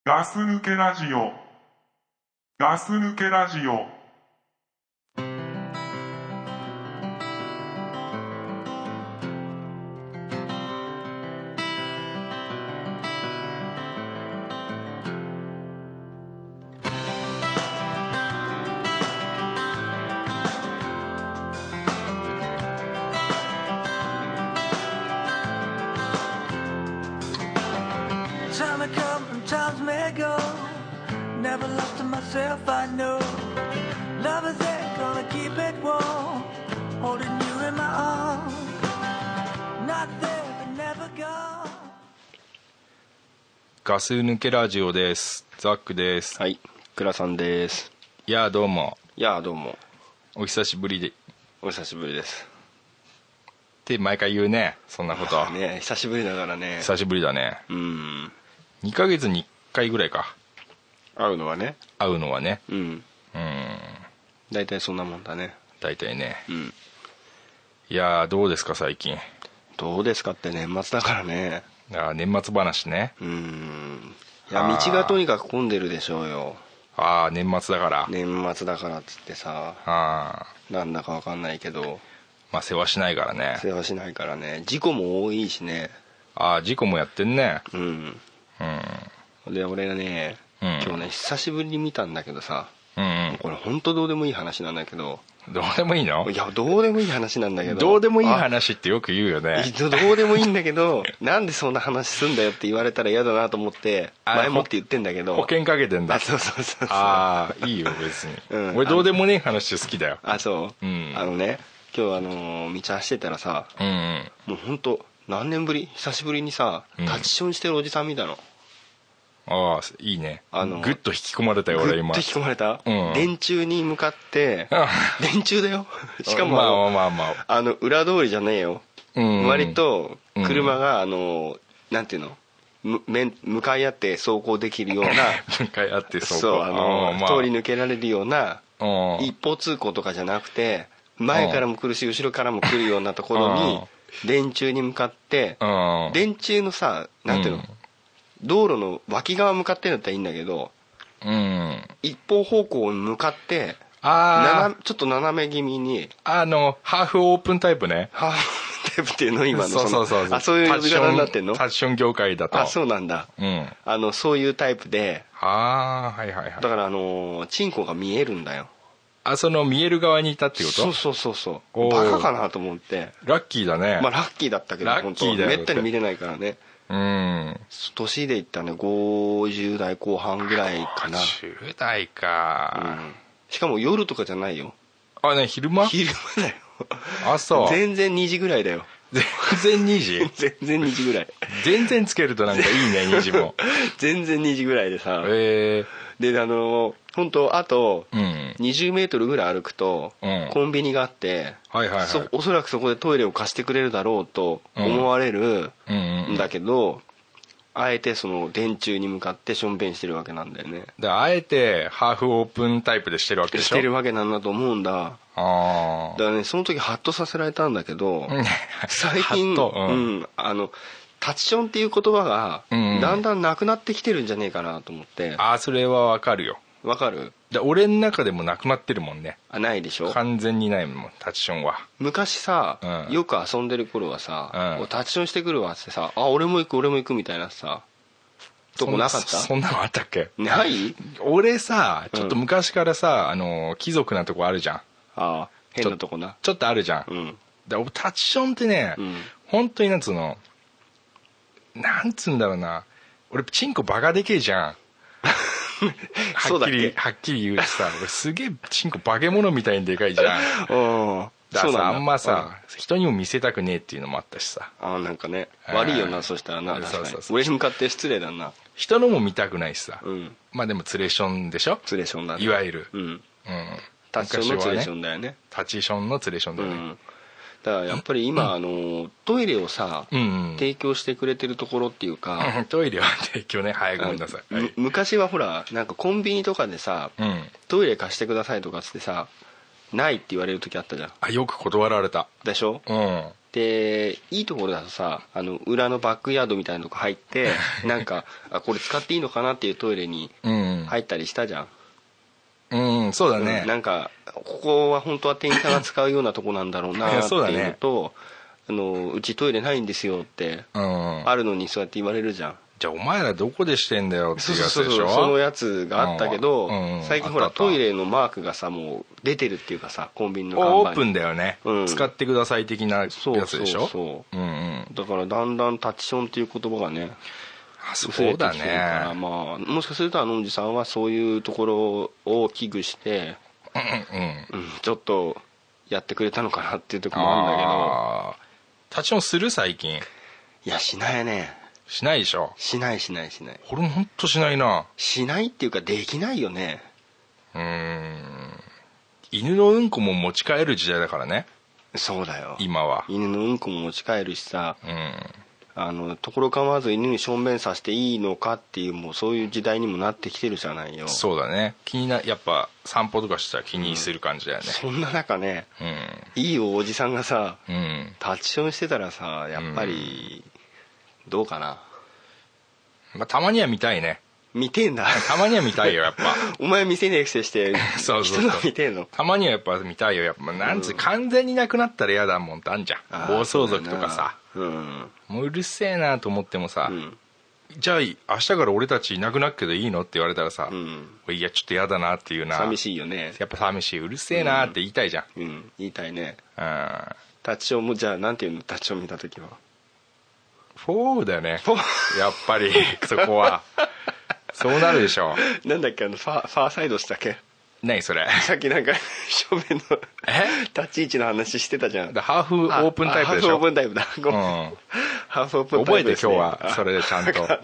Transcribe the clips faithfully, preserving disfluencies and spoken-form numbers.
ガス抜けラジオ。ガス抜けラジオ。 Time may come and times may go. Never lost to myself, I know. Love is there, gonna keep it warm. Holding you in my arms. Not there, but never gone. ガス抜けラジオです。ザックです。 はい、倉さんです。 いやどうも。 いやどうも。 お久しぶりで。 お久しぶりです。 って毎回言うね、そんなこと。 ね、久しぶりだからね。 久しぶりだね。 うん。 にかげつにいっかいぐらいか。 会うのはね。 会うのはね。 うん。 うん。 大体そんなもんだね。 大体ね。 うん。 いやどうですか最近。 どうですかって年末だからね。 あ、年末話ね。 うん。いや道がとにかく混んでるでしょうよ。 ああ、年末だから。 年末だからっつってさ。 ああ。 なんだかわかんないけど。 まあ世話しないからね。 世話しないからね。事故も多いしね。 ああ、事故もやってんね。 うん。 うん。 で俺がね、うん、今日ね久しぶりに見たんだけどさ、うんうん、これ本当どうでもいい話なんだけど。 どうでもいいの？ いやどうでもいい話なんだけど。 どうでもいい話ってよく言うよね。 どうでもいいんだけどなんでそんな話すんだよって言われたら嫌だなと思って前もって言ってんだけど。 保険かけてんだ。 あ、そうそうそうそう。 ああいいよ別に、うん、俺どうでもねえ話好きだよ。 あ、そう、うん、あのね今日あのー、道走ってたらさ、うんうん、もう本当何年ぶり久しぶりにさタッチションしてるおじさん見たの。 ああいいね。あのグッと引き込まれたよ俺今。 グッと引き込まれた、うん、電柱に向かって電柱だよしかもまあまあまああの裏通りじゃねえよ、うん、割と車があのなんていうのむ向かい合って走行できるような向かい合って走行そうあの、まあ、通り抜けられるような一方通行とかじゃなくて前からも来るし後ろからも来るようなところに電柱に向かって電柱のさなんていうの、うん道路の脇側向かってんだったらいいんだけど、うん、一方方向に向かってあちょっと斜め気味にあのハーフオープンタイプね。 ハーフオープンタイプっていうの今のそうそうそうそうあそういう呼び方になってんの。 タッション業界だと。 あそうなんだ、うん、あのそういうタイプであはいはいはいだからあのチンコが見えるんだよ。 あその見える側にいたってこと。 そうそうそうそうバカかなと思ってラッキーだね。 まあラッキーだったけどラッキーだよめったに見れないからね。うん年で言ったらねごじゅう代後半ぐらいかな。 ごじゅう代か、 うん、しかも夜とかじゃないよ。 あね昼間昼間だよ。 あそう全然にじぐらいだよ。 全然にじ全然にじぐらい全然つけるとなんかいいねにじも全然にじぐらいでさへえー、であの本当あとにじゅうメートルぐらい歩くとコンビニがあって、うんはいはいはい、そおそらくそこでトイレを貸してくれるだろうと思われるんだけど、うんうんうん、あえてその電柱に向かってしょんべんしてるわけなんだよね。 だあえてハーフオープンタイプでしてるわけでしょ。 してるわけなんだと思うんだ。あだからねその時ハッとさせられたんだけど最近、うんうん、あのタッチションっていう言葉がだんだんなくなってきてるんじゃねえかなと思って、うんうん、 ああそれはわかるよ。 わかる。 だ俺の中でもなくなってるもんね。 あないでしょ。 完全にないもんタッチションは。 昔さ、うん、よく遊んでる頃はさ、うん、タッチションしてくるわってさあ俺も行く俺も行くみたいなさとこなかった。 そ, そんなのあったっけ。 ない俺さちょっと昔からさ、うん、あの貴族なとこあるじゃん。ああ変なとこなち, ちょっとあるじゃん、うん、でタッチションってね、うん、本当になんつうのなんつうんだろうな俺チンコバカでけえじゃんはっきりはっきり言うとさ俺すげえチンコ化け物みたいにでかいじゃんだからさあんまさ、うん、人にも見せたくねえっていうのもあったしさあなんかね悪いよなそしたらな確かにそうそうそう俺に向かって失礼だな。 人のも見たくないしさ、うん、まあでもツレションでしょ。 ツレションだねいわゆる、うんうん、 タッチションのツレションだよね。 タッチションのツレションだよね、うん、 だからやっぱり今、うん、あのトイレをさ、うんうん、提供してくれてるところっていうかトイレは提供ねはいごめんなさい、はい、 昔はほらなんかコンビニとかでさ、うん、トイレ貸してくださいとかつってさないって言われる時あったじゃん。 あよく断られたでしょ、 うん、 でいいところだとさ、あの裏のバックヤードみたいなとこ入ってなんかあこれ使っていいのかなっていうトイレに入ったりしたじゃん。 うん、うん、そうだね、 うん、なんかここは本当は店員さんが使うようなとこなんだろうなっていうのとう、ね、あのうちトイレないんですよって、うん、あるのにそうやって言われるじゃん。 じゃあお前らどこでしてんだよっていうやつでしょ。そうそうそう、 そのやつがあったけど、 うんうん、 最近ほらトイレのマークがさもう出てるっていうかさ、コンビニの看板にオープンだよね、うん、使ってください的なやつでしょ。 そうそうそう、うんうん、だからだんだんタッチションっていう言葉がねそうだね、 からまあもしかするとあのおじさんはそういうところを危惧して、うんうんうん、ちょっとやってくれたのかなっていうところもあるんだけど。 タッチションする最近。 いやしないね。 しないでしょ。 しないしないしない。 俺もほんとしないな。 しないっていうかできないよね。 うーん、犬のうんこも持ち帰る時代だからね。 そうだよ今は。 犬のうんこも持ち帰るしさ、うん、あのところ構わず犬にしょんべんさせていいのかっていう、もうそういう時代にもなってきてるじゃないよ。 そうだね。気になやっぱ散歩とかしたら気にする感じだよね、 うん、そんな中ね、うん、いいおじさんがさ、うん、タッチションしてたらさやっぱり、うん、どうかな。 まあたまには見たいね。 見てんだ。 たまには見たいよやっぱ。 お前見せねえくせしてそうそうそう、 人の見てんの。 たまにはやっぱ見たいよやっぱ。なんつう、うん、完全になくなったら嫌だもんってあんじゃん。暴走族とかさ、うん、もううるせえなと思ってもさ、うん、じゃあ明日から俺たちいなくなるけどいいのって言われたらさ、うん、いやちょっと嫌だなっていうな。 寂しいよね。 やっぱ寂しい。うるせえなって言いたいじゃん、 うんうん、言いたいね。うん、タッチションもじゃあなんていうの、タッチション見た時はフォーだよねやっぱりそこはそうなるでしょ。 なんだっけ、あのファファーサイドしたっけ。 何それ。 さっきなんか正面の立ち位置の話してたじゃん。 ハーフオープンタイプでしょ。 ハーフオープンタイプだ、ごめん、うん、ハーフオープンタイプです、ね、 覚えて今日はそれでちゃん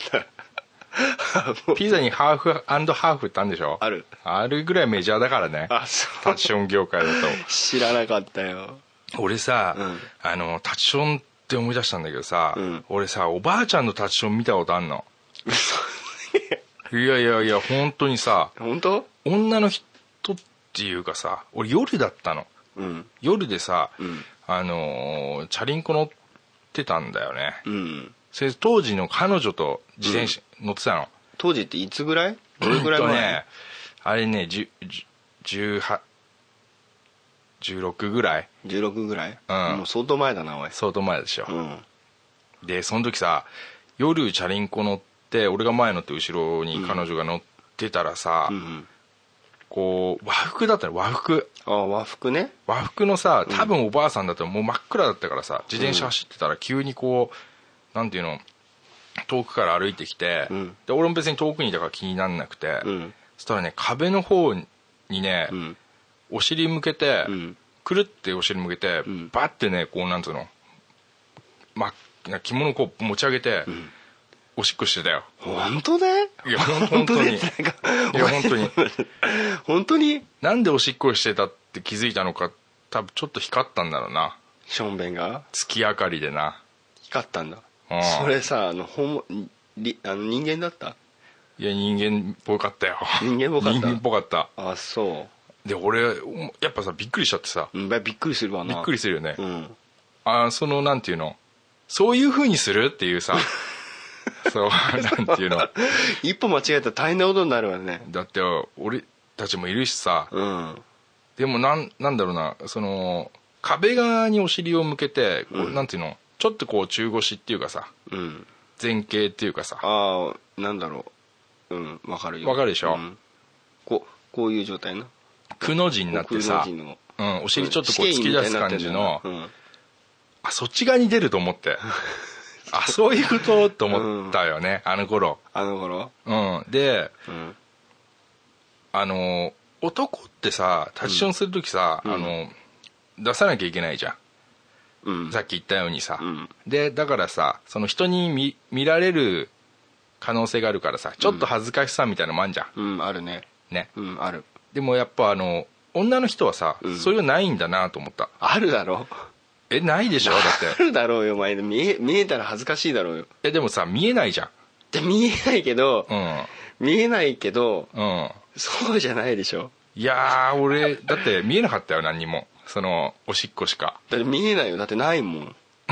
とピザにハーフ&ハーフってあるんでしょ。 ある。 あるぐらいメジャーだからね。 あ、そう。 タッチション業界だと。 知らなかったよ。 俺さ、うん、あのタッチションって思い出したんだけどさ、うん、俺さおばあちゃんのタッチション見たことあんの。いやいやいや本当にさ。 本当？ 女の人っていうかさ、俺夜だったの、うん、夜でさ、うん、あのー、チャリンコ乗ってたんだよね、うん、それ当時の彼女と自転車乗ってたの、うん、 当時っていつぐらい？どれぐらい前？ ね、あれねじゅうはち、じゅうろくぐらい。 じゅうろくぐらい、うん、もう相当前だなおい。 相当前でしょ、うん、でその時さ夜チャリンコ乗って俺が前乗って後ろに彼女が乗ってたらさ、うんうん、こう和服だったの。和服。 ああ和服ね。 和服のさ多分おばあさんだったらもう真っ暗だったからさ、自転車走ってたら急にこうなんていうの遠くから歩いてきて、うん、で俺も別に遠くにいたから気になんなくて、うん、そしたらね壁の方にね、うん、お尻向けて、うん、くるってお尻向けて、うん、バッてねこうなんつうの、ま、着物をこう持ち上げて、うん、おしっこしてたよ。 本当ね。 いや本当にいや本当に本当になんでおしっこしてたって気づいたのか、多分ちょっと光ったんだろうな。 しょんべんが月明かりでな光ったんだ。それさあのほんあの人間だった？ いや人間っぽかったよ。 人間っぽかった。 人間っぽかった。 あそうで俺やっぱさびっくりしちゃってさ、 うん、びっくりするわな。 びっくりするよね、うん、あそのなんていうのそういう風にするっていうさそうなんていうの一歩間違えたら大変なことになるわね。 だって俺たちもいるしさ、うん、でもなんなんだろうな、その壁側にお尻を向けてこう、うん、なんていうのちょっとこう中腰っていうかさ、うん、前傾っていうかさ、 ああなんだろう、うん分かるよ。 分かるでしょ、うん、 こうこういう状態なくの字になってさ、うん、お尻ちょっとこう突き出す感じの、うん、あそっち側に出ると思ってあそういうことと思ったよね、うん、あの頃あの頃うんで、うん、あの男ってさタッチションする時さ、うん、あの出さなきゃいけないじゃん、うん、さっき言ったようにさ、うん、でだからさその人に 見, 見られる可能性があるからさちょっと恥ずかしさみたいなのもあんじゃん、 うん、うん、あるねね、 うん、ある。 でもやっぱあの女の人はさ、うん、そういうのないんだなと思った。 あるだろ。 えないでしょだってあるだろうよお前。見え、見えたら恥ずかしいだろうよ。 えでもさ見えないじゃん。 で見えないけど、うん、見えないけど、うん、そうじゃないでしょ。 いやー俺だって見えなかったよ何にも。そのおしっこしか。 だって見えないよ。だってないもん。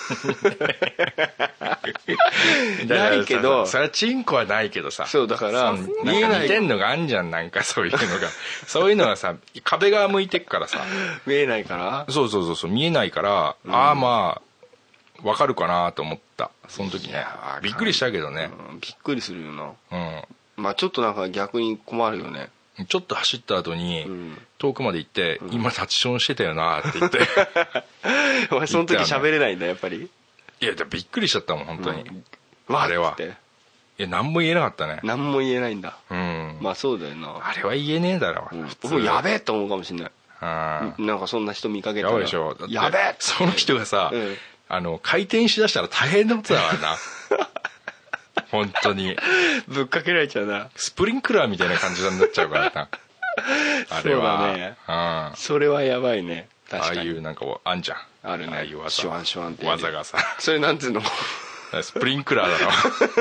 ないけど、 それはチンコはないけどさ、 そうだから見えない似てんのがあんじゃん、なんかそういうのがそういうのはさ壁側向いてっからさ見えないから、 そうそうそうそう見えないから、うん、ああまあわかるかなと思ったその時ね。びっくりしたけどね、 うん、びっくりするよな。 うん、 まあちょっとなんか逆に困るよね。 ちょっと走った後に、うん、遠くまで行って、うん、今タッチションしてたよなって言ってお前その時喋れないんだやっぱり。 いやびっくりしちゃったもん本当に、 うん、 あれはいや何も言えなかったね。 何も言えないんだ。 うん、 まあそうだよな。 あれは言えねえだろ、うん、 普通もうやべえと思うかもしれない。あなんかそんな人見かけたらやばいでしょ。 やべえその人がさ、うん、あの回転しだしたら大変なことだからな本当にぶっかけられちゃうな。 スプリンクラーみたいな感じになっちゃうからなあれはそうだね、うん、それはやばいね。確かにああいうなんかあんじゃん、 あるね、 ああいう技、 シュワンシュワンって技がさそれなんていうのスプリンクラーだろ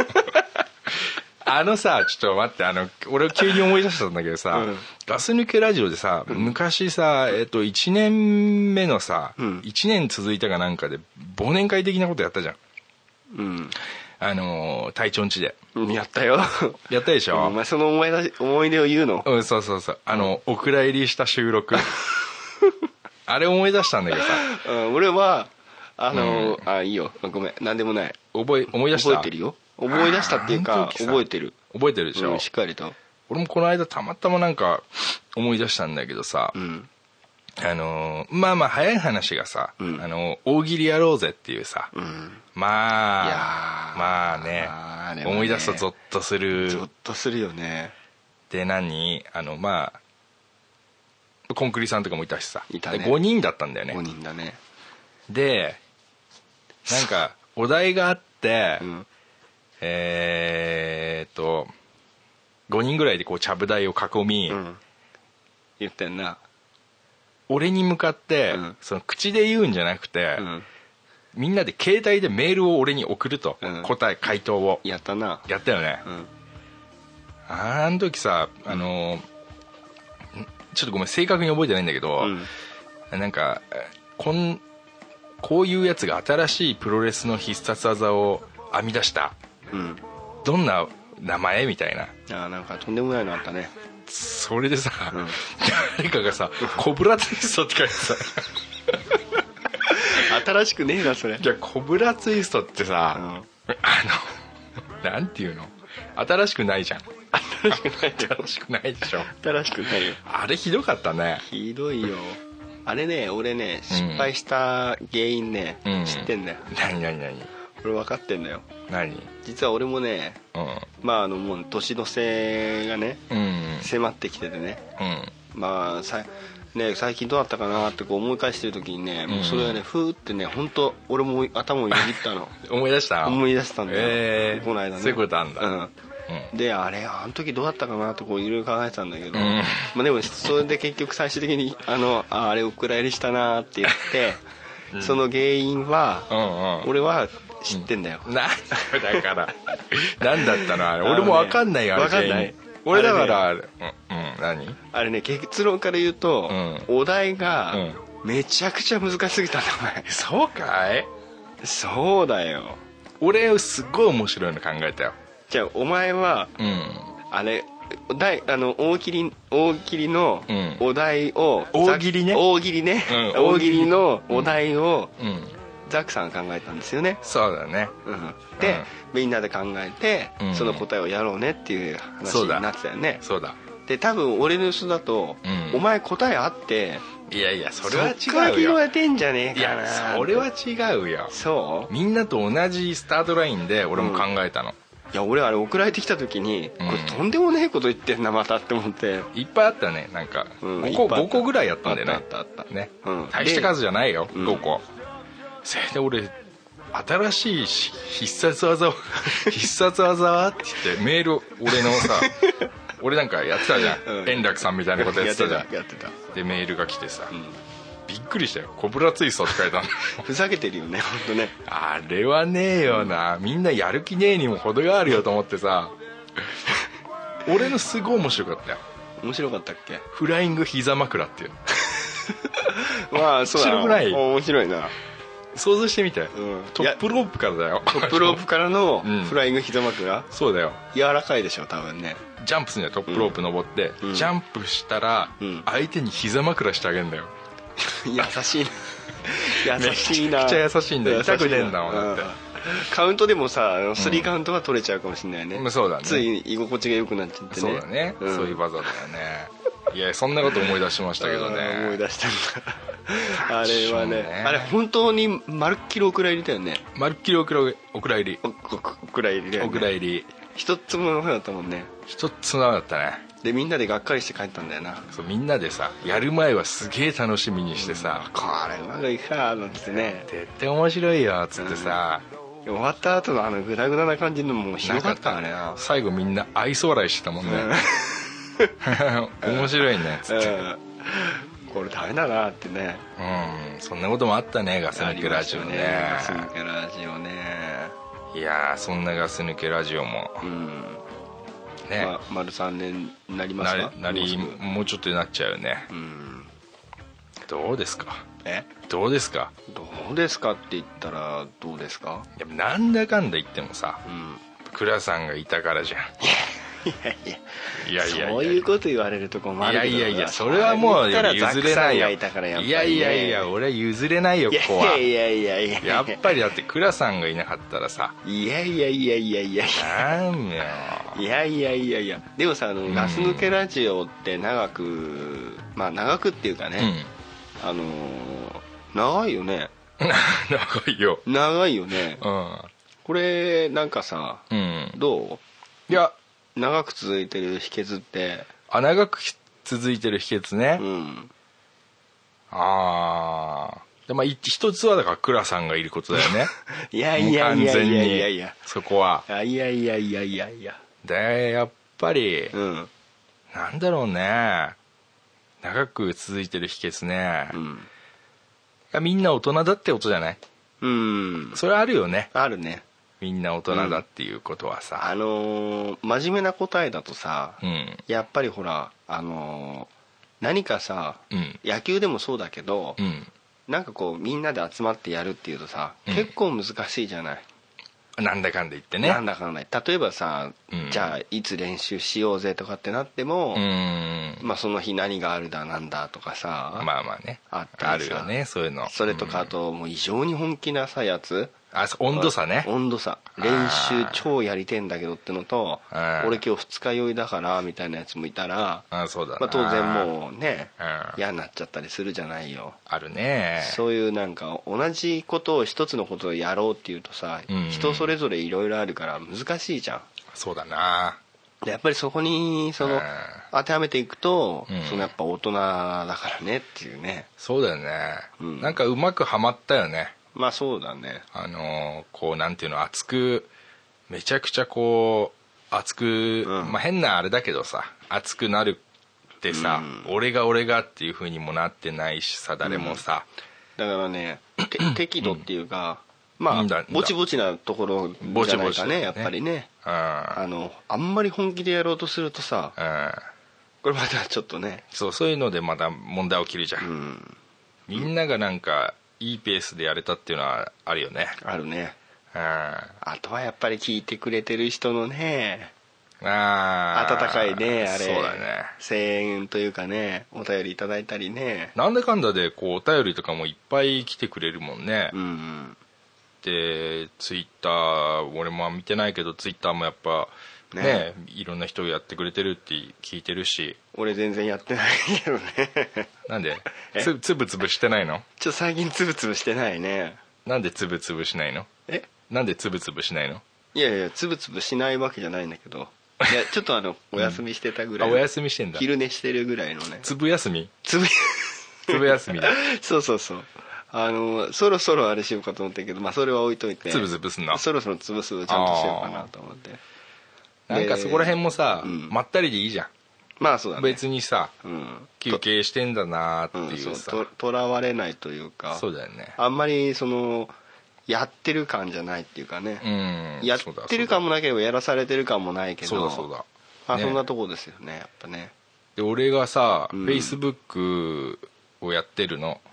あのさちょっと待って、あの俺急に思い出したんだけどさ、うん、ガス抜けラジオでさ、うん、昔さ、えっと、いちねんめのさ、うん、いちねん続いたかなんかで忘年会的なことやったじゃん、うん、あの隊長ん家でやったよやったでしょ、 お前その思い出思い出を言うの。 うん、そうそうそう、あの、うん、お蔵入りした収録あれ思い出したんだけどさ、 うん、俺はあの、うん、あいいよごめん何でもない、 覚え思い出した。 覚えてるよ、思い出したっていうか覚えてる覚えてるでしょ、 うん、しっかりと。 俺もこの間たまたまなんか思い出したんだけどさ、うん、あのまあまあ早い話がさ、うん、あの大喜利やろうぜっていうさ、うん、まあいやまあ ね, あね思い出すとゾッとするゾッとするよね。 で何あのまあコンクリさんとかもいたしさ、 いたね、 ごにんだったんだよね。 ごにんだね。 でなんかお題があって、うん、えーっとごにんぐらいでこうちゃぶ台を囲み、うん、 言ってんな。 俺に向かって、うん、その口で言うんじゃなくて、うん、みんなで携帯でメールを俺に送ると、うん、答え回答をやったな。 やったよね、うん、あの時さあの、うん、ちょっとごめん正確に覚えてないんだけど、うん、なんかこんこういうやつが新しいプロレスの必殺技を編み出した、うん、どんな名前みたいな。 あなんかとんでもないのあったね。 それでさ、うん、誰かがさコブラツイストって書いてさ新しくねえなそれ。 じゃあコブラツイストってさ、うん、あのなんていうの新しくないじゃん。 新しくない新しくないでしょ。 新しくないよ。 あれひどかったね。 ひどいよあれね。俺ね失敗した原因ね、うん、知ってんだよ。 何何何。 俺分かってんだよ。 何。 実は俺もね、うん、まああのもう年の瀬がね、うん、迫ってきててね、うん、まあさね最近どうだったかなってこう思い返してる時にね、うん、もうそれがねふーってね本当俺も頭をよぎったの思い出した。 思い出したんだよ、えー、この間ね。 そういうことあんだ、うんうん、であれあの時どうだったかなってこういろいろ考えてたんだけど、うん、まあ、でもそれで結局最終的にあの あ, あれお蔵入りしたなって言って、うん、その原因は、うんうん、俺は知ってんだよ、 うん、なんだから何だったのあれ。俺も分かんないよ。あれ分かんない。 俺だからあれ、ね、うん、うん、何あれね結論から言うと、うん、お題がめちゃくちゃ難しすぎたんだお前。 そうかい。 そうだよ。 俺すっごい面白いの考えたよ。 じゃあお前は、うん、あれあの大喜利大喜利のお題を、 うん、大喜利ね大喜利ね、うん、大喜利のお題を、うん、ザックさんが考えたんですよね。 そうだね、 うん、で、うん、みんなで考えて、うん、その答えをやろうねっていう話になってたよね。 そうだ。 で多分俺の予想だと、うん、お前答えあって、 いやいやそれは違うよ。そっから拾えてんじゃねえかな。 いやそれは違うよ。 そう。 みんなと同じスタートラインで俺も考えたの、うん、 いや俺あれ送られてきた時に、うん、これとんでもねえこと言ってんなまたって思って。 いっぱいあったね。なんか、うん、ごこごこぐらいやったんだよね。 あったあったあったね、うん、大した数じゃないよ、ごこ。それで俺新しい必殺技を必殺技はって言ってメール俺のさ俺なんかやってたじゃん、うん、円楽さんみたいなことやってたじゃん。 やってた。 でメールが来てさ、うん、びっくりしたよ。コブラツイストって書いたのふざけてるよね本当ね。 あれはねえよな、みんなやる気ねえにも程があるよと思ってさ俺のすごい面白かったよ。 面白かったっけ。 フライング膝枕っていうまあそうだ。 面白くない。 面白いな。 想像してみて、うん、トップロープからだよ。 トップロープからのフライング膝枕、うん、 そうだよ。 柔らかいでしょ多分ね。 ジャンプするんだよトップロープ登って、うん、ジャンプしたら相手に膝枕してあげるんだよ。 優しいな優しいな。 めちゃくちゃ優しいんだよ。痛くねえんだもんだって。 カウントでもさスリーカウントは取れちゃうかもしれないね、 うん、そうだね。 つい居心地が良くなっちゃってね。 そうだね、うん、そういう技だよね。いやそんなこと思い出しましたけどね。 思い出したんだあれはね、あれ本当にまるっきりお蔵入りだよね。 まるっきりお蔵入りお蔵入りだよね。 お蔵入り一つもなかったもんね。 一つもなかったね。 でみんなでがっかりして帰ったんだよな。 そうみんなでさやる前はすげえ楽しみにしてさ、 うん、これうまくいくかなんてね、 絶対面白いよっつってさ、 うん、終わった後のあのグダグダな感じのもひどかったからね。 最後みんな愛想笑いしてたもんね、うん、面白いねっつって、うん、 これ大変だなってね。 うんそんなこともあったね。ガス抜けラジオ ね, ねガス抜けラジオね。 いやそんなガス抜けラジオも、うんね、 ま、丸さんねんになりますか。 なりもうちょっとになっちゃうね、うん、どうですか。 えどうですかどうですかって言ったらどうですか。 いやなんだかんだ言ってもさ、うん、倉さんがいたからじゃん。 いやいやいやいやそういうこと言われると困るけど。 いやいやいやそれはもう譲れないよ。 いやいやいやいや俺は譲れないよここは。 いやいやいやいややっぱりだって倉さんがいなかったらさ。 いやいやいやいやいやなんよ。 いやいやいやいやでもさあの、うん、ガス抜けラジオって長くまあ長くっていうかね、うん、あの長いよね。 長いよ長いよね、うん、これなんかさ、 うん、 どういや長く続いてる秘訣って。 あ長く続いてる秘訣ね、 うん、 ああでまあ一つはだから倉さんがいることだよね。 いやいやいやいやいやいやそこは。 いやいやいやいやいやいやでやっぱり、 うん、 なんだろうね長く続いてる秘訣ね、うん、いやみんな大人だってことじゃない。 うんそれあるよね。 あるね。 みんな大人だっていうことはさ、 うん、あのー、真面目な答えだとさ、 うん、 やっぱりほらあのー、何かさ、うん、野球でもそうだけど、うん、なんかこうみんなで集まってやるっていうとさ、うん、結構難しいじゃない。 なんだかんだ言ってね。 なんだかんだ例えばさ、うん、じゃあいつ練習しようぜとかってなっても、うん、まあその日何があるだなんだとかさ、 まあまあねあったりさ、 あるよねそういうの。 それとかあともう異常に本気なさやつ、 あ温度差ね。 温度差練習超やりてんだけどってのと、俺今日二日酔いだからみたいなやつもいたら、 あそうだな、 まあ、当然もうね嫌になっちゃったりするじゃないよ。 あるね。 そういうなんか同じことを一つのことをやろうっていうとさ、うん、人それぞれいろいろあるから難しいじゃん。 そうだな。 でやっぱりそこにその当てはめていくと、うん、そのやっぱ大人だからねっていうね。 そうだよね、うん、なんかうまくはまったよね。 まあそうだね。 あのこうなんていうの熱くめちゃくちゃこう熱く、うん、まあ変なあれだけどさ熱くなるってさ、うん、俺が俺がっていう風にもなってないしさ誰もさ、 うん、だからね適度っていうか、うん、まあぼちぼちなところじゃないかねやっぱりね、うん、あのあんまり本気でやろうとするとさ、うん、これまたちょっとねそうそういうのでまた問題起きるじゃん、うん、みんながなんかいいペースでやれたっていうのはあるよね。 あるね、 うん、 あとはやっぱり聞いてくれてる人のねあ温かいねあれそうだね声援というかねお便りいただいたりね。 なんだかんだでこうお便りとかもいっぱい来てくれるもんね、 うんうん、 でツイッター俺も見てないけどツイッターもやっぱねねいろんな人がやってくれてるって聞いてるし。 俺全然やってないけどね。 なんでつ, つぶつぶしてないの。 ちょっと最近つぶつぶしてないね。 なんでつぶつぶしないの。 えなんでつぶつぶしないの。 いやいやつぶつぶしないわけじゃないんだけどいやちょっとあのお休みしてたぐらい、 うん、あお休みしてんだ。 昼寝してるぐらいのね。 つぶ休みつぶつぶ休みだそうそうそうあのそろそろあれしようかと思ったけど、まあ、それは置いといてつぶつぶすんの。 そろそろつぶすをちゃんとしようかなと思って。 なんかそこら辺もさ、うん、まったりでいいじゃん。 まあそうだね。 別にさ、うん、休憩してんだなっていうさ、 うん、とらわれないというか。 そうだよね。 あんまりそのやってる感じゃないっていうかね、 うん、 やってる感もなければやらされてる感もないけど。 そうだそうだ、 まあ、そんなとこですよねやっぱね。 で俺がさ、うん、フェイスブックをやってるの、 うん、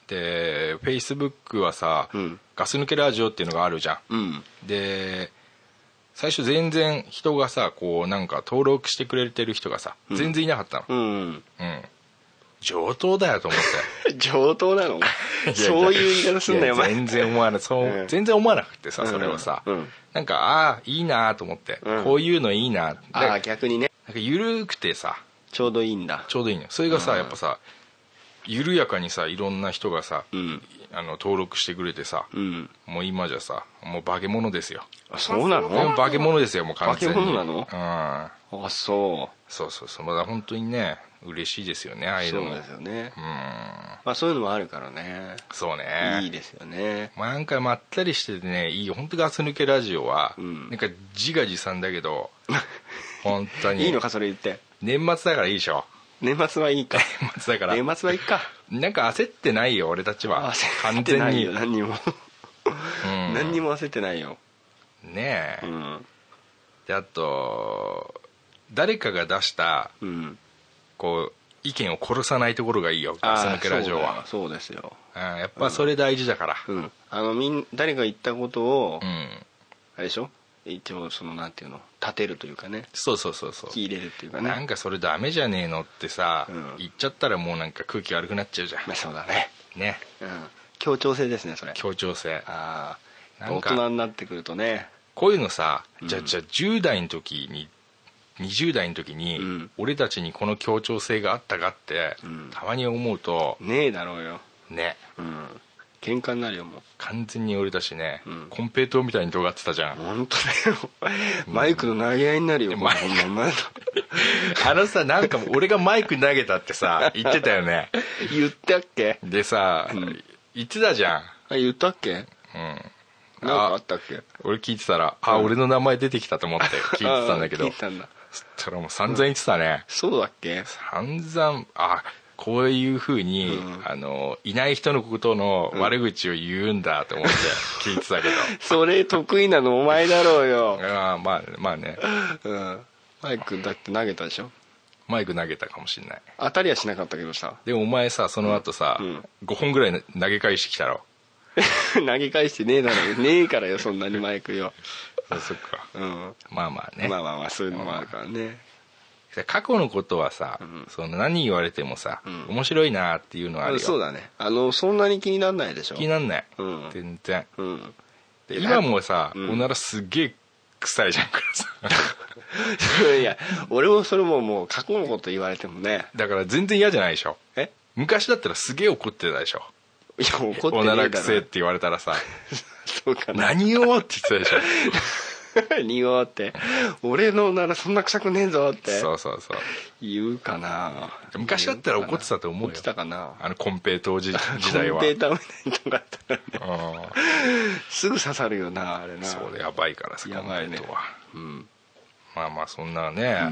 で Facebook はさ、 うん、 ガス抜けラジオっていうのがあるじゃん、うん、で最初全然人がさこうなんか登録してくれてる人がさ、うん、全然いなかったの、うんうんうん、上等だよと思って上等なのそういう言い方すんなよ全然思わないそう、うん、全然思わなくてさそれはさ、うん、なんかああいいなと思って、うん、こういうのいいなああ逆にねなんか緩くてさちょうどいいんだちょうどいいのそれがさ、うん、やっぱさ緩やかにさいろんな人がさ、うん、あの登録してくれてさ、うん、もう今じゃさもう化け物ですよあそうなの化け物ですよもう完全に化け物なのうんあそうそうそうそうまだ本当にね嬉しいですよねああいうのもそうですよねうんまあそういうのもあるからねそうねいいですよねまあなんかまったりしててねいい本当ガス抜けラジオは、うん、なんか自画自賛だけど本当にいいのかそれ言って年末だからいいでしょ年末はいいか年末だから年末はいいかなんか焦ってないよ俺たちは完全に焦ってないよ何にも、 うん、 何にも焦ってないよねえ、うん、であと誰かが出した、うん、こう意見を殺さないところがいいよガス抜けラジオはそうですよあやっぱそれ大事だから、 うん、あのみん誰が言ったことを、うん、あれでしょ一応そのなんていうの立てるというかねそうそうそうそう聞き入れるっていうかねなんかそれダメじゃねえのってさ、うん、言っちゃったらもうなんか空気悪くなっちゃうじゃん、 まあ、そうだねね、 うん、協調性ですねそれ協調性ああ大人になってくるとねこういうのさ、うん、じゃあじゃあじゅう代の時ににじゅう代の時に、うん、俺たちにこの協調性があったかって、うん、たまに思うとねえだろうよねうん喧嘩になるよもう完全に俺たちね、うん、コンペイトーみたいに尖ってたじゃん本当だよマイクの投げ合いになるよ、うん、マイクあのさなんか俺がマイク投げたってさ言ってたよね言ったっけでさ、うん、言ってたじゃんあ言ったっけうんなんかあったっけ俺聞いてたらあ、うん、俺の名前出てきたと思って聞いてたんだけど聞いてたんだそしたらもう散々言ってたね、うん、 そうだっけ散々あこういうふうに、うん、あのいない人のことの悪口を言うんだと思って聞いてたけど、うん、 それ得意なのお前だろうよあまあまあね、 うん、マイクだって投げたでしょマイク投げたかもしれない当たりはしなかったけどさでもお前さその後さ、うん、ごほんぐらい投げ返してきたろ投げ返してねえだろねえからよそんなにマイクよあそっか、うん、まあまあねまあまあまあそういうのもあるからね過去のことはさ、うん、その何言われてもさ、うん、面白いなっていうのはあるよそうだねあのそんなに気にならないでしょ気にならない、うん、全然、うん、で今もさ、うん、おならすげえ臭いじゃんからさいや俺もそれももう過去のこと言われてもねだから全然嫌じゃないでしょえ昔だったらすげえ怒ってたでしょいや怒ってねえだろおなら臭いって言われたらさそうかな何をって言ってたでしょ匂わって俺のならそんな臭くねえぞってそうそうそう言うかな昔だったら怒ってたと思うよ怒ってたかなあのコンペイトー時代はコンペイターみたいなのがあったらねすぐ刺さるよなあれなそうやばいからさやばいねコンペイトーは、うん、まあまあそんなね、うん、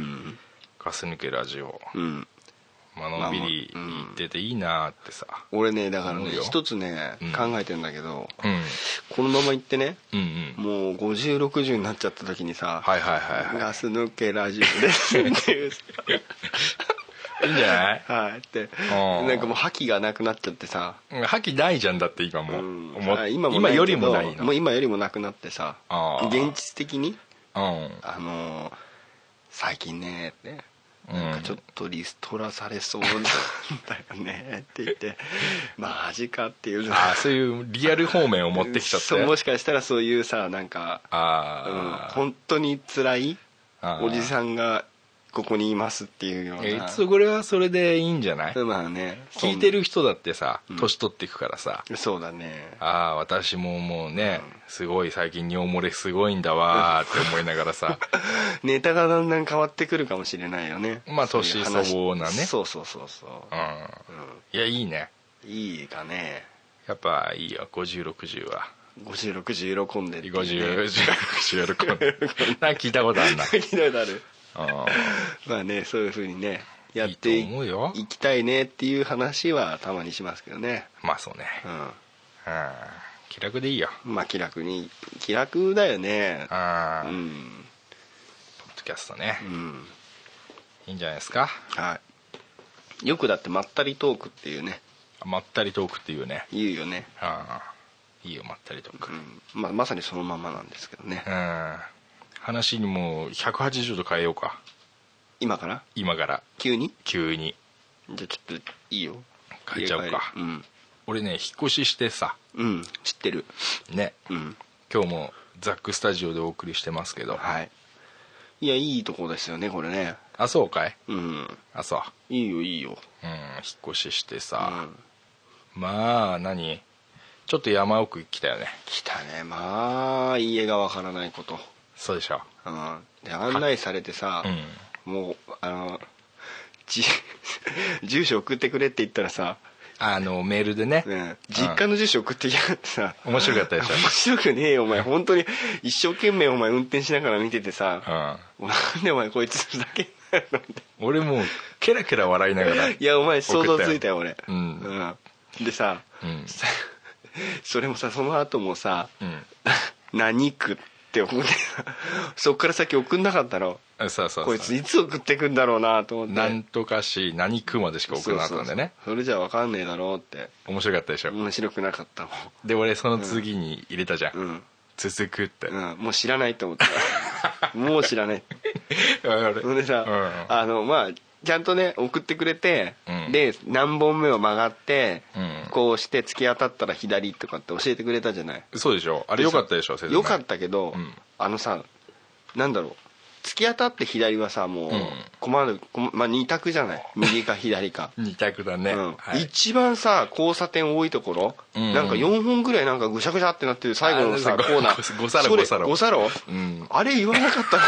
ガス抜けラジオ、うんまあのんびり言ってていいなってさ、 うん、俺ねだからね一つね、うん、考えてんだけど、うん、このまま行ってね、うんうん、もうごじゅうろくじゅうになっちゃった時にさ、 はいはいはいはい、 ガス抜けラジオですっていういいんじゃないはいってなんかもう覇気がなくなっちゃってさ覇気ないじゃんだって今も、うん、 今も今よりもないのもう今よりもなくなってさ現実的に、うん、あのー、最近ねってなんかちょっとリストラされそうなんだよねって言ってマジかっていうあそういうリアル方面を持ってきちゃってそうもしかしたらそういうさなんかあ、うん、本当に辛いおじさんがここにいますっていうようなえいつこれはそれでいいんじゃないまあね聞いてる人だってさ年取っていくからさ、 うん、そうだねああ私ももうね、うん、すごい最近尿漏れすごいんだわって思いながらさネタがだんだん変わってくるかもしれないよねまあ年相応なねそうそうそうそう、うんうん、 いやいいねいいかねやっぱいいよごじゅうろくじゅうはごじゅうろくじゅう喜んでる、ね、 ごじゅうろくじゅう喜んでるなんか聞いたことあるな聞いたことあるあまあねそういう風にねやっていきたいねっていう話はたまにしますけどねまあそうねうん、うん、気楽でいいよまあ気楽に気楽だよねああうんポッドキャストねうんいいんじゃないですかはいよくだってまったりトークっていうねまったりトークっていうね。 言うよね。 ああいいよまったりトーク、 うんまあ、まさにそのままなんですけどね。 うん話にもうひゃくはちじゅうど変えようか。 今から今から急に急にじゃあちょっといいよ、 変えちゃうか。 うん俺ね引っ越ししてさ、 うん知ってるね、 うん、 今日もザックスタジオでお送りしてますけど、 はい、いやいいとこですよねこれね。 あそうかい。 うんあそういいよいいよ。 うん引っ越ししてさ、うん、まあ何ちょっと山奥来たよね。 来たね。まあ家がわからないこと。 そうでしょ。 うん、で案内されてさ、うん、もうあのじ住所送ってくれって言ったらさ、 あのメールでね、 ね実家の住所送ってきやがってさ、 うん、面白かったでしょ。 面白くねえよお前本当に一生懸命お前運転しながら見ててさ、うん、なんでお前こいつふざけんなよって。 俺もうケラケラ笑いながらいやお前想像ついたよ俺、 うん、 うん、でさ、うん、それもさその後もさ、うん、何区って思ってそっから先送んなかったの。 そうそうそう、 こいついつ送ってくんだろうなと思って、 なんとかし何区までしか送らなかったんでね。そうそうそう、それじゃ分かんねえだろうって。 面白かったでしょ。 面白くなかったもん。 で俺その次に入れたじゃん、うん、続くって、 うん、もう知らないと思ったもう知らないほんでさ、うん、あのまあちゃんとね送ってくれて、うん、で何本目を曲がって、うん、こうして突き当たったら左とかって教えてくれたじゃない。 そうでしょ。あれよかったでしょ。 よかったけど、うん、あのさなんだろう突き当たって左はさもう、うん、困る、まあ、に択じゃない。右か左かに択だね、うんはい、一番さ交差点多いところ、うん、なんかよんほんぐらいなんかぐしゃぐしゃってなってる最後のさコーナーごサロごサロごサロ、うん、あれ言わなかったの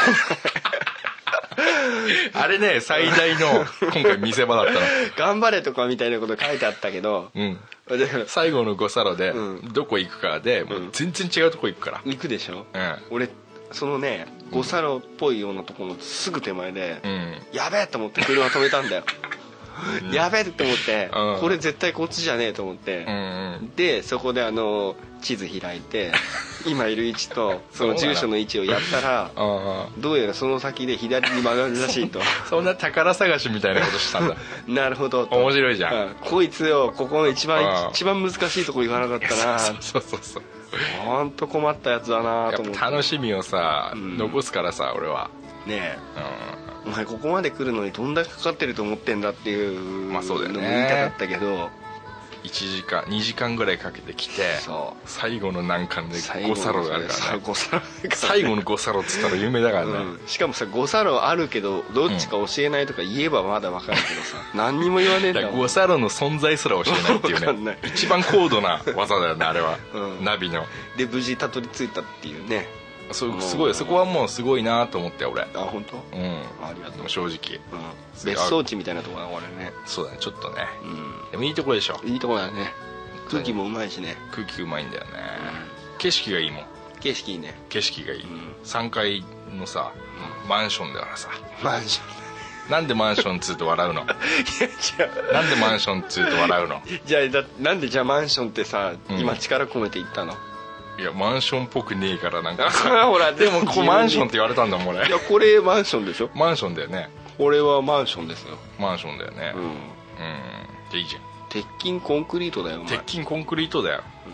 あれね最大の今回見せ場だったの頑張れとかみたいなこと書いてあったけど、うん、 最後のごサロでどこ行くかで、もう全然違うとこ行くから、 行くでしょ、うん、俺そのねごサロっぽいようなところのすぐ手前で、うん、やべえと思って車止めたんだよやべえって思って、うん、これ絶対こっちじゃねえと思って、うんうん、でそこであの地図開いて今いる位置とその住所の位置をやったらどうやらその先で左に曲がるらしいとそんな宝探しみたいなことしたんだなるほどと。 面白いじゃん、うん、 こいつよここの一番一番難しいとこ行かなかったなそうそうそうそう本当困ったやつだなと思って。 楽しみをさ、うん、残すからさ俺はねえ、うん、お前ここまで来るのにどんだけかかってると思ってんだっていうのも言いたかったけど、 いちじかんにじかんぐらいかけて来て最後の難関でごサロがあるからね。最後のごサロっつったら有名だからね、 うん、しかもさごサロあるけどどっちか教えないとか言えばまだ分かるけどさ、うん、何にも言わねえんだもん。 ごサロの存在すら教えないっていうね一番高度な技だよねあれは、うん、ナビの。 で無事たどり着いたっていうね。 そすごいそこはもうすごいなと思って俺。あ本当？ うんありがとう正直、うん、 別荘地みたいなところだこれね。 そうだねちょっとね、うん、でもいいところでしょ。 いいところだね。空気もうまいしね。 空気うまいんだよね、うん、景色がいいもん。 景色いいね。 景色がいい、うん、さんがいのさ、うん、マンションだからさ。 マンションなんでマンションつうと笑うのいや違うなんでマンションつうと笑うのじゃあだなんでじゃあマンションってさ、うん、今力込めて言ったの。 いやマンションっぽくねえからなんかほらでもここマンションって言われたんだもん俺。 いやこれマンションでしょ。 マンションだよね。 これはマンションですよ。 マンションだよね。うん、うん、じゃいいじゃん。 鉄筋コンクリートだよお前。 鉄筋コンクリートだよ、うん、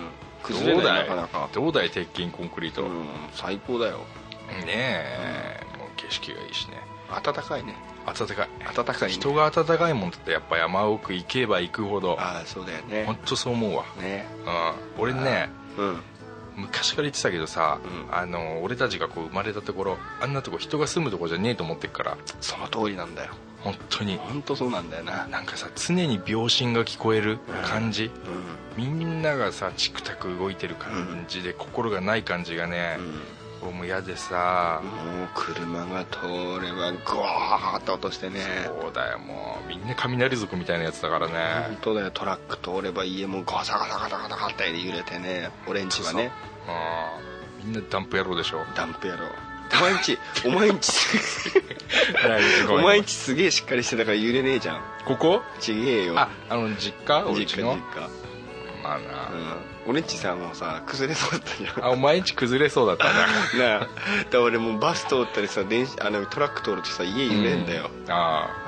崩れないなかなか。どうだい鉄筋コンクリート、うん、 最高だよねえ、うん、もう景色がいいしね。 暖かいね。 暖かい暖かい、ね、 人が暖かいもんってやっぱ山奥行けば行くほど。 ああそうだよね。 本当そう思うわね、 うん、俺ね、うん、昔から言ってたけどさ、うん、あの俺たちがこう生まれたところあんなとこ人が住むとこじゃねえと思ってっから。 その通りなんだよ本当に。 本当そうなんだよな。 なんかさ常に秒針が聞こえる感じ、うんうん、みんながさチクタク動いてる感じで、うん、心がない感じがね、うん、もう嫌でさ。 もう車が通ればゴーッと落としてね。 そうだよもうみんな雷族みたいなやつだからね。 本当だよ。トラック通れば家もガサガサガサガサガサって揺れてね。俺んちはね。 あみんなダンプ野郎でしょ。 ダンプ野郎。お前んちお前んちお前んちすげえしっかりしてたから揺れねえじゃん。 ここちげえよ。 ああの実家おうちの実家。 まあな、 うん、俺んちさもうさ崩れそうだったじゃん。 あお前んち崩れそうだったねなあだから俺もうバス通ったりさ電あのトラック通るとさ家揺れんだよ、 うん、ああ、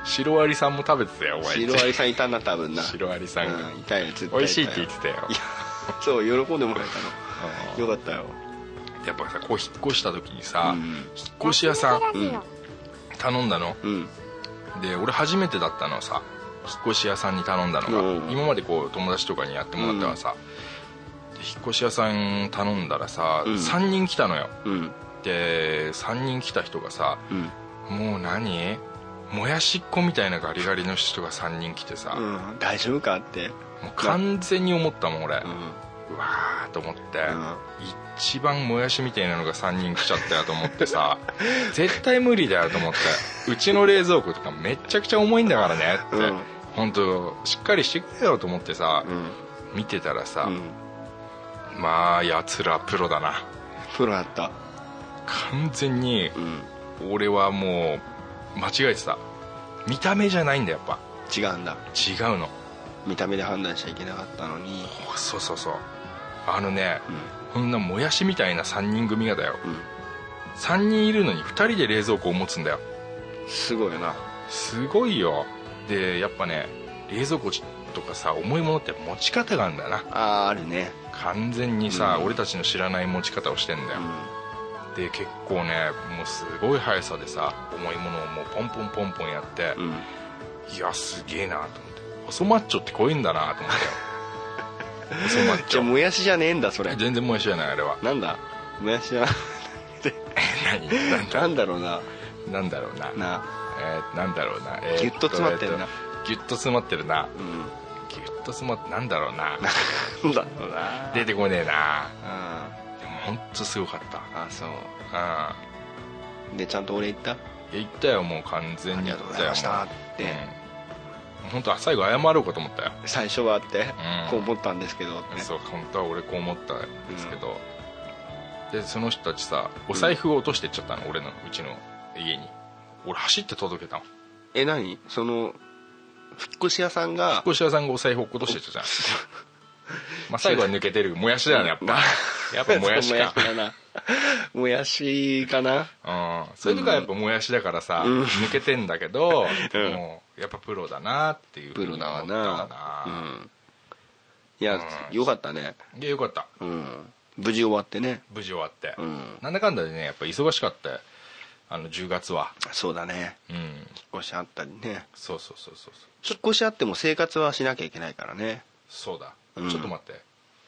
シロアリさんも食べてたよお前。 シロアリさんいたな多分な。 シロアリさんが、 うん、いたよ絶対いたよ。 美味しいって言ってたよ。 いやそう喜んでもらえたのよかったよ。 やっぱさこう引っ越した時にさ、うん、引っ越し屋屋さん、 うん、 頼んだの、うん、で俺初めてだったのさ引っ越し屋さんに頼んだのが、うん、今までこう友達とかにやってもらったらさ、うん、引っ越し屋さん頼んだらさ、うん、さんにん来たのよ、うん、でさんにん来た人がさ、うん、もう何もやしっこみたいなガリガリの人がさんにん来てさ、 うん、大丈夫かってもう完全に思ったもん俺、うん、うわーと思って、うん、一番もやしみたいなのがさんにん来ちゃったよと思ってさ絶対無理だよと思って、うちの冷蔵庫とかめっちゃくちゃ重いんだからねって、うん、本当しっかりしてくれよと思ってさ、うん、見てたらさ、うん、まあやつらプロだな。 プロだった。 完全に俺はもう間違えてた。見た目じゃないんだやっぱ。 違うんだ。 違うの。 見た目で判断しちゃいけなかったのに。 そうそうそう。あのね、うん、こんなもやしみたいなさんにん組がだよ、うん、さんにんいるのにふたりで冷蔵庫を持つんだよ。 すごいよな。 すごいよ。でやっぱね冷蔵庫とかさ重いものって持ち方があるんだよな。 あーあるね。 完全にさ、うん、俺たちの知らない持ち方をしてんだよ、うん、で結構ねもうすごい速さでさ重いものをもうポンポンポンポンやって、うん、いやすげえなと思って、細マッチョってこういうんだなと思ったよ細マッチョ。 じゃあもやしじゃねえんだそれ。 全然もやしじゃないあれは。 なんだもやしじゃ何なんだなんだろうな。 なんだろうなな、 えー、なんだろうな、えー、 ギュッと詰まってるな、 えー、ギュッと詰まってるな、うん、ギュッと詰まってなんだろうななんだろうな出てこねえな、うん、でも本当すごかった。 あそう、 うん、 でちゃんと俺言った？ 言ったよもう完全に言ったよ。ありがとうございましたって、うん、本当は最後謝ろうかと思ったよ最初はって、うん、こう思ったんですけどって。 そう本当は俺こう思ったんですけど、うん、でその人たちさお財布を落としてっちゃったの、うん、俺のうちの家に。俺走って届けたの。 え何その引っ越し屋さんが引っ越し屋さんがお財布落っことしてたじゃんまあ最後は抜けてる。もやしだよねやっぱやっぱもやしかもやしかな。 うんそれとかやっぱもやしだからさ、うん、抜けてんだけど、うん、もうやっぱプロだなっていう。 プロだわな、うん、いや、うん、よかったね。 いやよかった、 うん、無事終わってね。 無事終わって、うん、なんだかんだでねやっぱ忙しかったよあのじゅうがつは。 そうだね、うん、引っ越しあったりね。 そうそうそうそう。 引っ越しあっても生活はしなきゃいけないからね。 そうだ、うん、ちょっと待って。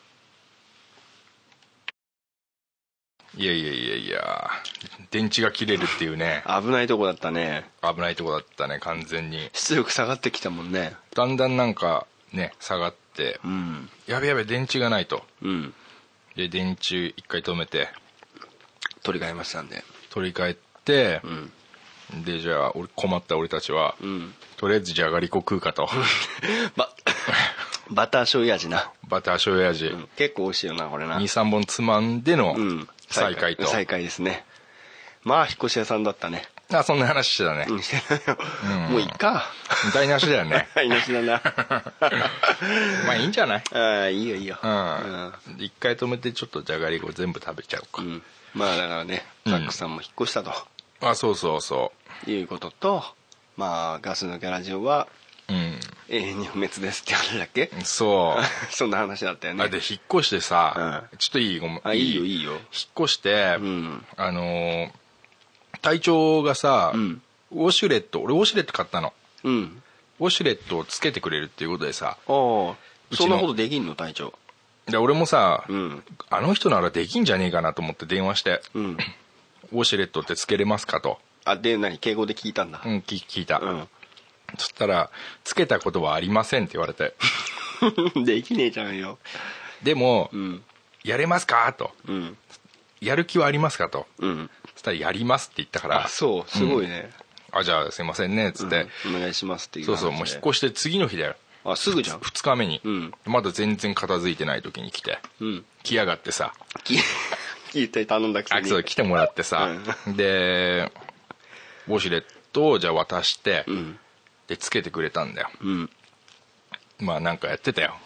いやいやいやいや電池が切れるっていうね危ないとこだったね。 危ないとこだったね完全に。 出力下がってきたもんね。 だんだんなんかね下がって、うん、やべやべ電池がないと、うん、で電池一回止めて取り替えましたんで取り替えて、うん、でじゃあ俺困った俺たちは、うん、とりあえずじゃがりこ食うかとバ, バター醤油味な。 バター醤油味、うん、 結構美味しいよなこれな。 にさん 本つまんでの再開と、うん、 再開ですね。まあ引っ越し屋さんだったね。 あそんな話してたね、 うん、してたよ、うん、もういっか。 台無しだよね台無しだなまあいいんじゃない。 ああいいよいいよ、うんうん、一回止めてちょっとじゃがりこ全部食べちゃおうか、うん、 まあだからねザックさんも引っ越したと、 あそうそうそういうことと、まあガス抜けラジオは、うん、永遠に不滅ですって話だっけ。 そうそんな話だったよね。 あで引っ越してさ、うん、ちょっといいごめん。 あいいよいいよ。 引っ越して、うん、あのー、隊長がさ、うん、ウォシュレット俺ウォシュレット買ったの、うん、ウォシュレットをつけてくれるっていうことでさ。ああそんなことできんの隊長。 で俺もさ、うん、あの人ならできんじゃねえかなと思って電話して、うん、ウォシュレットってつけれますかと。 あで何敬語で聞いたんだ。 うん聞, 聞いた、うん、そしたらつけたことはありませんって言われてできねえじゃんよ。 でも、うん、やれますかと、うん、やる気はありますかと、うん、そしたらやりますって言ったから。 あそうすごいね、 うん、あじゃあすいませんねっつって、 うん、お願いしますっていう。 そうそうもう引っ越して次の日だよ。 あすぐじゃん。 ふつかめに、うん、まだ全然片付いてない時に来て、うん、来やがってさ聞いて頼んだくせに。 あそう来てもらってさ、うん、でウォシュレットをじゃあ渡して、うん、でつけてくれたんだよ、うん、まあなんかやってたよ。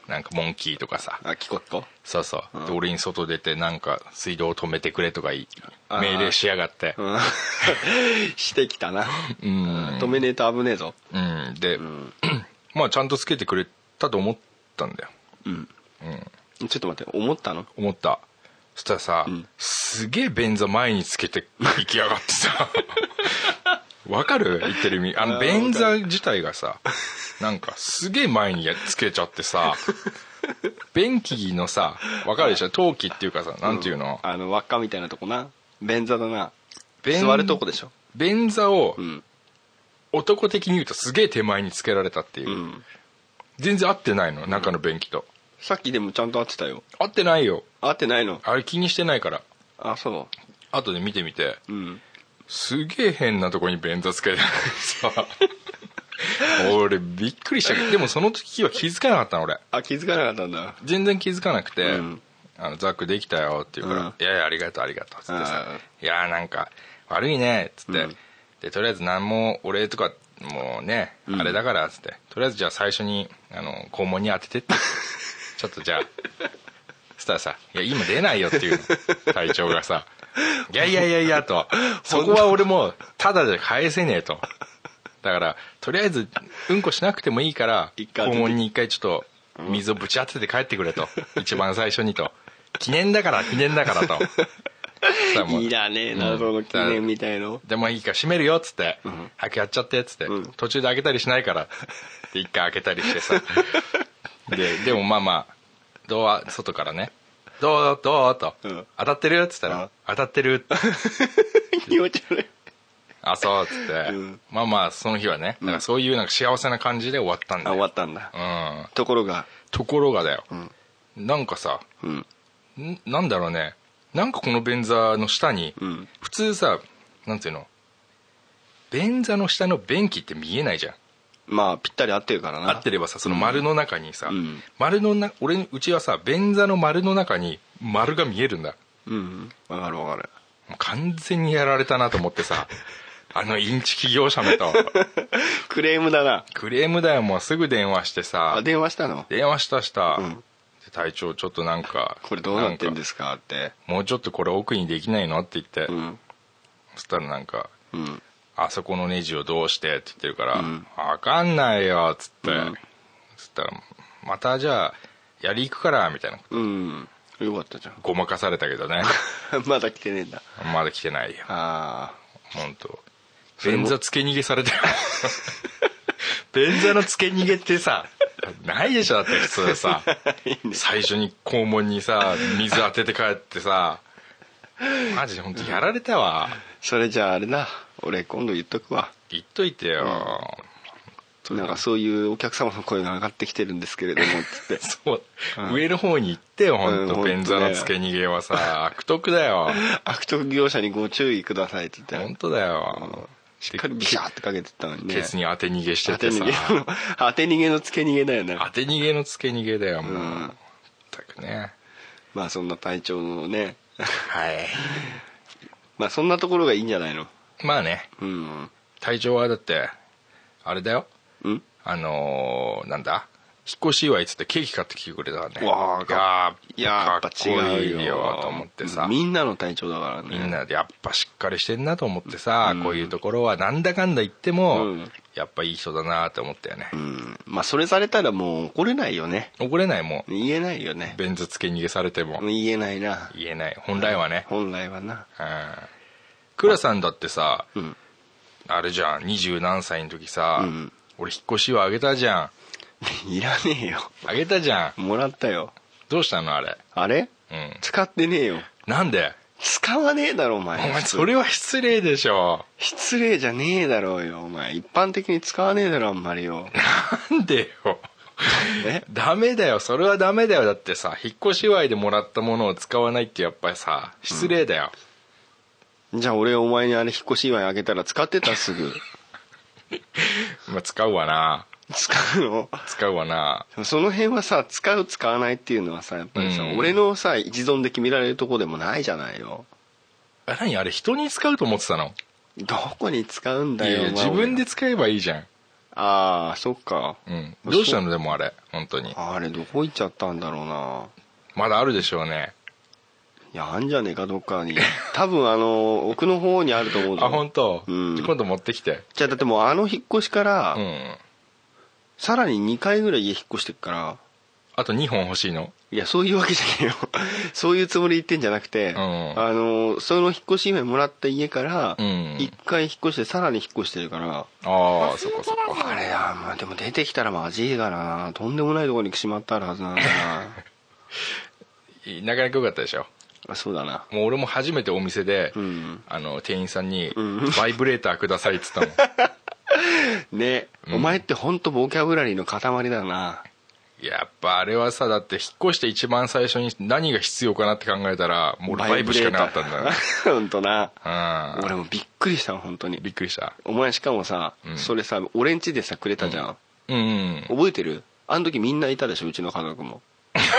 なんかモンキーとかさ、 あ、キコキコ、 そうそう、 うん、 で俺に外出てなんか水道を止めてくれとか命令しやがって、うん、 してきたな、 うん、 止めねえと危ねえぞ、 うん、で、うん、まあちゃんとつけてくれたと思ったんだよ、うんうん、ちょっと待って、思ったの？ 思った。そしたらさ、うん、すげえ便座前につけて行きやがってさわかる？言ってる意味。あの便座自体がさ、なんかすげえ前につけちゃってさ、便器のさ、わかるでしょ、陶器っていうかさ、なんていうの、 うん、あの輪っかみたいなとこな、便座だな、座るとこでしょ。 便座を、うん、男的に言うとすげえ手前につけられたっていう、うん、全然合ってないの、中の便器と。 さっきでもちゃんと合ってたよ。合ってないよ。 合ってないの？ あれ気にしてないから。 あ、そう。 後で見てみて、うん、すげえ変なとこに便座つけてさ俺びっくりしたけど、でもその時は気づかなかったの俺。 あ、気づかなかったんだ。 全然気づかなくて、うん、あのザックできたよって言うから、うん、いやいやありがとうありがとうっつってさ、いやなんか悪いねっつって、うん、でとりあえず何もお礼とかもうね、うん、あれだからっつって、とりあえずじゃあ最初にあの肛門に当ててってちょっとじゃあそしたらさ、いや今出ないよっていうの隊長がさ、いやいやいやいやと、そこは俺もただで返せねえと、だからとりあえずうんこしなくてもいいから肛門に一回ちょっと水をぶち当てて帰ってくれと、一番最初にと、記念だから記念だからといらねえな、うん、その記念みたいの。 でもいいから閉めるよっつって、うん、早くやっちゃってっつって、うん、途中で開けたりしないからって一回開けたりしてさで, でもまあまあドア外からね、どうどうと、うん、当たってるっつったら、うん、当たってる気持ち悪い。 あ、そうっつって、うん、まあまあその日はね、なんかそういうなんか幸せな感じで終わったんだよ。 あ、終わったんだ、うん、ところがところがだよ、うん、なんかさ、うん、なんだろうね、なんかこの便座の下に、うん、普通さ、なんていうの、便座の下の便器って見えないじゃん。 まあぴったり合ってるからな。 合ってればさ、その丸の中にさ、うん、丸のな俺うちはさ、便座の丸の中に丸が見えるんだ。うん、 分かる分かる。 もう完全にやられたなと思ってさあのインチキ業者めとクレームだな。 クレームだよ、もうすぐ電話してさ。 あ、電話したの？ 電話したした、うん、隊長ちょっとなんかこれどうなってんですかって、 もうちょっとこれ奥にできないのって言って、うん、そしたらなんか、うん、あそこのネジをどうしてって言ってるから、うん、分かんないよっつって、うん、そしたらまたじゃあやり行くからみたいなこと、うん、 よかったじゃん。 ごまかされたけどねまだ来てねえんだ。 まだ来てないよ。ああ、本当。便座つけ逃げされたよ便座のつけ逃げってさないでしょ、だって普通さいい、ね、最初に肛門にさ水当てて帰ってさマジで本当やられたわ。 それじゃああれだ、俺今度言っとくわ。 言っといてよ、 うん、なんかそういうお客様の声が上がってきてるんですけれどもつってそう、うん、上の方に行ってよ本当、うん、便座のつけ逃げはさ悪徳だよ悪徳業者にご注意くださいって言って本当だよ、 うん、しっかりビシャーってかけてったのにね。 ケツに当て逃げしててさ、 当て逃げの当て逃げのつけ逃げだよね。 当て逃げのつけ逃げだよもう、うん、たくね。 まあそんな隊長のねはいまあそんなところがいいんじゃないの。 まあね、うん、隊長はだってあれだよ、んあのー、なんだ引っ越し祝いっつってケーキ買ってきてくれたね。 わあ、 いややっぱ違うよと思ってさ、 みんなの隊長だからね。 みんなでやっぱしっかりしてんなと思ってさ、うん、こういうところはなんだかんだ言っても、うん、やっぱいい人だなと思ったよね、 うん、まあそれされたらもう怒れないよね。 怒れない、もう言えないよね。 便座つけ逃げされても言えないな。 言えない、本来はね、 本来はな、うん、 倉さんだってさ、うん、あれじゃん、二十何歳の時さ、うん、俺引っ越しはあげたじゃん。 いらねえよ。 あげたじゃん。もらったよ。 どうしたのあれ。 あれ、うん、使ってねえよ。 なんで？ 使わねえだろお前。 お前それは失礼でしょ。 失礼じゃねえだろうよお前。一般的に使わねえだろあんまりよ。 なんでよえダメだよ、それはダメだよ。だってさ、引っ越し祝いでもらったものを使わないってやっぱりさ失礼だよ、 うん、じゃあ俺お前にあれ引っ越し祝いあげたら使ってたすぐまあ使うわな。 使うの使うわな。 その辺はさ、使う使わないっていうのはさ、やっぱりさ、うん、俺のさ一存で決められるとこでもないじゃないよ。 あ、何あれ人に使うと思ってたの？ どこに使うんだよ。 いや自分で使えばいいじゃん。 ああそっか、 うん、どうしたのでもあれ本当にあれどこ行っちゃったんだろうな。 まだあるでしょうね。 いやあんじゃねえかどっかに。多分あの奥の方にあると思うぞ。 あ本当、 うん、 今度持ってきて。 じゃあだってもうあの引っ越しから、 うん、さらににかいぐらい家引っ越してっから。 あとにほん欲しいの？ いやそういうわけじゃねえよ。そういうつもりで言ってんじゃなくて、うん、あのその引っ越し祝いもらった家からいっかい引っ越してさらに引っ越してるから。ああそこそこ。 あれや、まあ、でも出てきたらまずいかな。とんでもないところにしまってあるはずなんだな。 なかなか良かったでしょ。 あそうだな。 もう俺も初めてお店で、うん、あの店員さんに、うん、バイブレーターくださいっつったもん。 ね、うん、お前って本当ボキャブラリーの塊だな。 やっぱあれはさ、だって引っ越して一番最初に何が必要かなって考えたらもう俺バイブしかなかったんだよ。 本当な、 うん、 俺もびっくりした本当にびっくりした。 お前しかもさ、うん、それさ俺ん家でさくれたじゃん、 うんうんうん、 覚えてる？あの時みんないたでしょうちの家族も。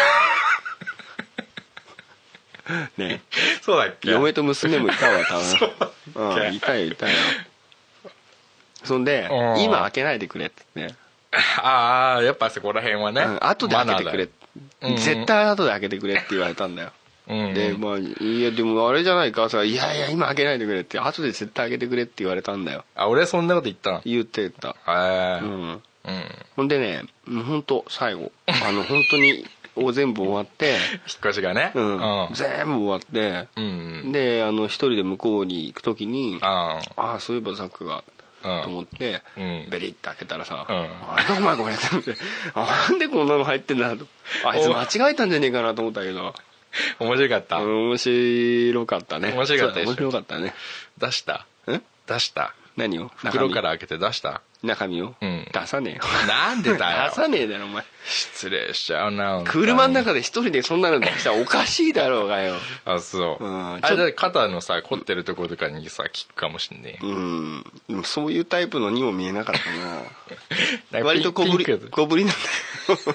ね、 そうだっけ？ 嫁と娘もいたわ多分。うん、いたよいたよ。そんで今開けないでくれってね。 ああやっぱそこら辺はね、 うん、後で開けてくれ、うん、絶対後で開けてくれって言われたんだよ。うん、でまあいやでもあれじゃないかさ、いやいや今開けないでくれって、後で絶対開けてくれって言われたんだよ。 あ俺そんなこと言ったの？ 言ってた。 へえ、うんうん、ほんでね本当最後あの本当に全部終わって引っ越しがね、 うんうん、全部終わって、うんうん、であの一人で向こうに行く時に、ああそういえばザックがと思って、うん、ベリッて開けたらさ、うん、あれだお前これって思って、なんでこんなの入ってんだと、あいつ間違えたんじゃねえかなと思ったけど。 面白かった。 面白かったね。 面白かったでしょ。 面白かったね。 出した？ ん？ 出した。 何を？ 袋から開けて出した？ 中身を、 うん、 出さねえよ。 なんでだよ。 出さねえだろお前。 失礼しちゃうな。 車の中で一人でそんなの出したらおかしいだろうがよ。 あそう、うん、あれだ肩のさ凝ってるところとかにさ効くかもしんねえ。 うんでもそういうタイプのにも見えなかったな。割と小ぶり小ぶりなんだよ。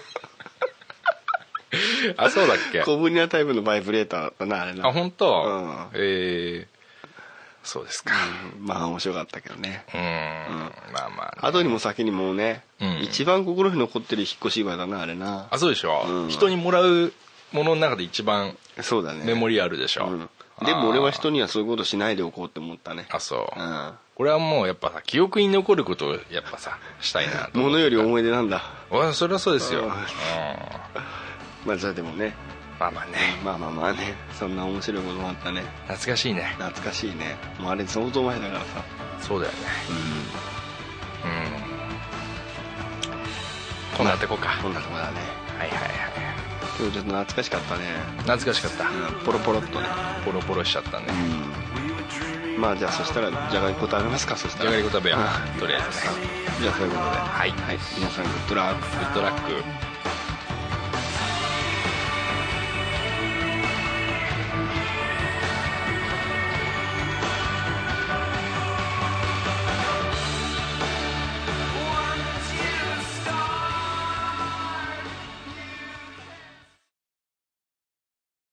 あそうだっけ？ 小ぶりなタイプのバイブレーターだなあれな。 あ本当？ うん、 えーそうですか、 うん、まあ面白かったけどね。 うん、うん、まあまあ、ね、 後にも先にもね、うん、一番心に残ってる引っ越し祝いだなあれな。 あそうでしょ、うん、人にもらうものの中で一番そうだねメモリアルでしょ、うん、 でも俺は人にはそういうことしないでおこうって思ったね。 あそう、 うん、 俺はもうやっぱさ記憶に残ることをやっぱさしたいなとものより思い出なんだ。 それはそうですよ、うん、 まあじゃあでもねまあまあねまあまあまあねそんな面白いこともあったね。 懐かしいね。 懐かしいね。もうあれ相当前だからさ。 そうだよね。うん、うん、こんなとこか。 こんなとこだね。 はいはいはい。 今日ちょっと懐かしかったね。 懐かしかった、うん、 ポロポロっとねポロポロしちゃったね、 うん、まあじゃあそしたらじゃがりこ食べますか。そしたらじゃがりこ食べようとりあえずね。 じゃあそういうことで、 はい、 はい、皆さんグッドラック。 グッドラック。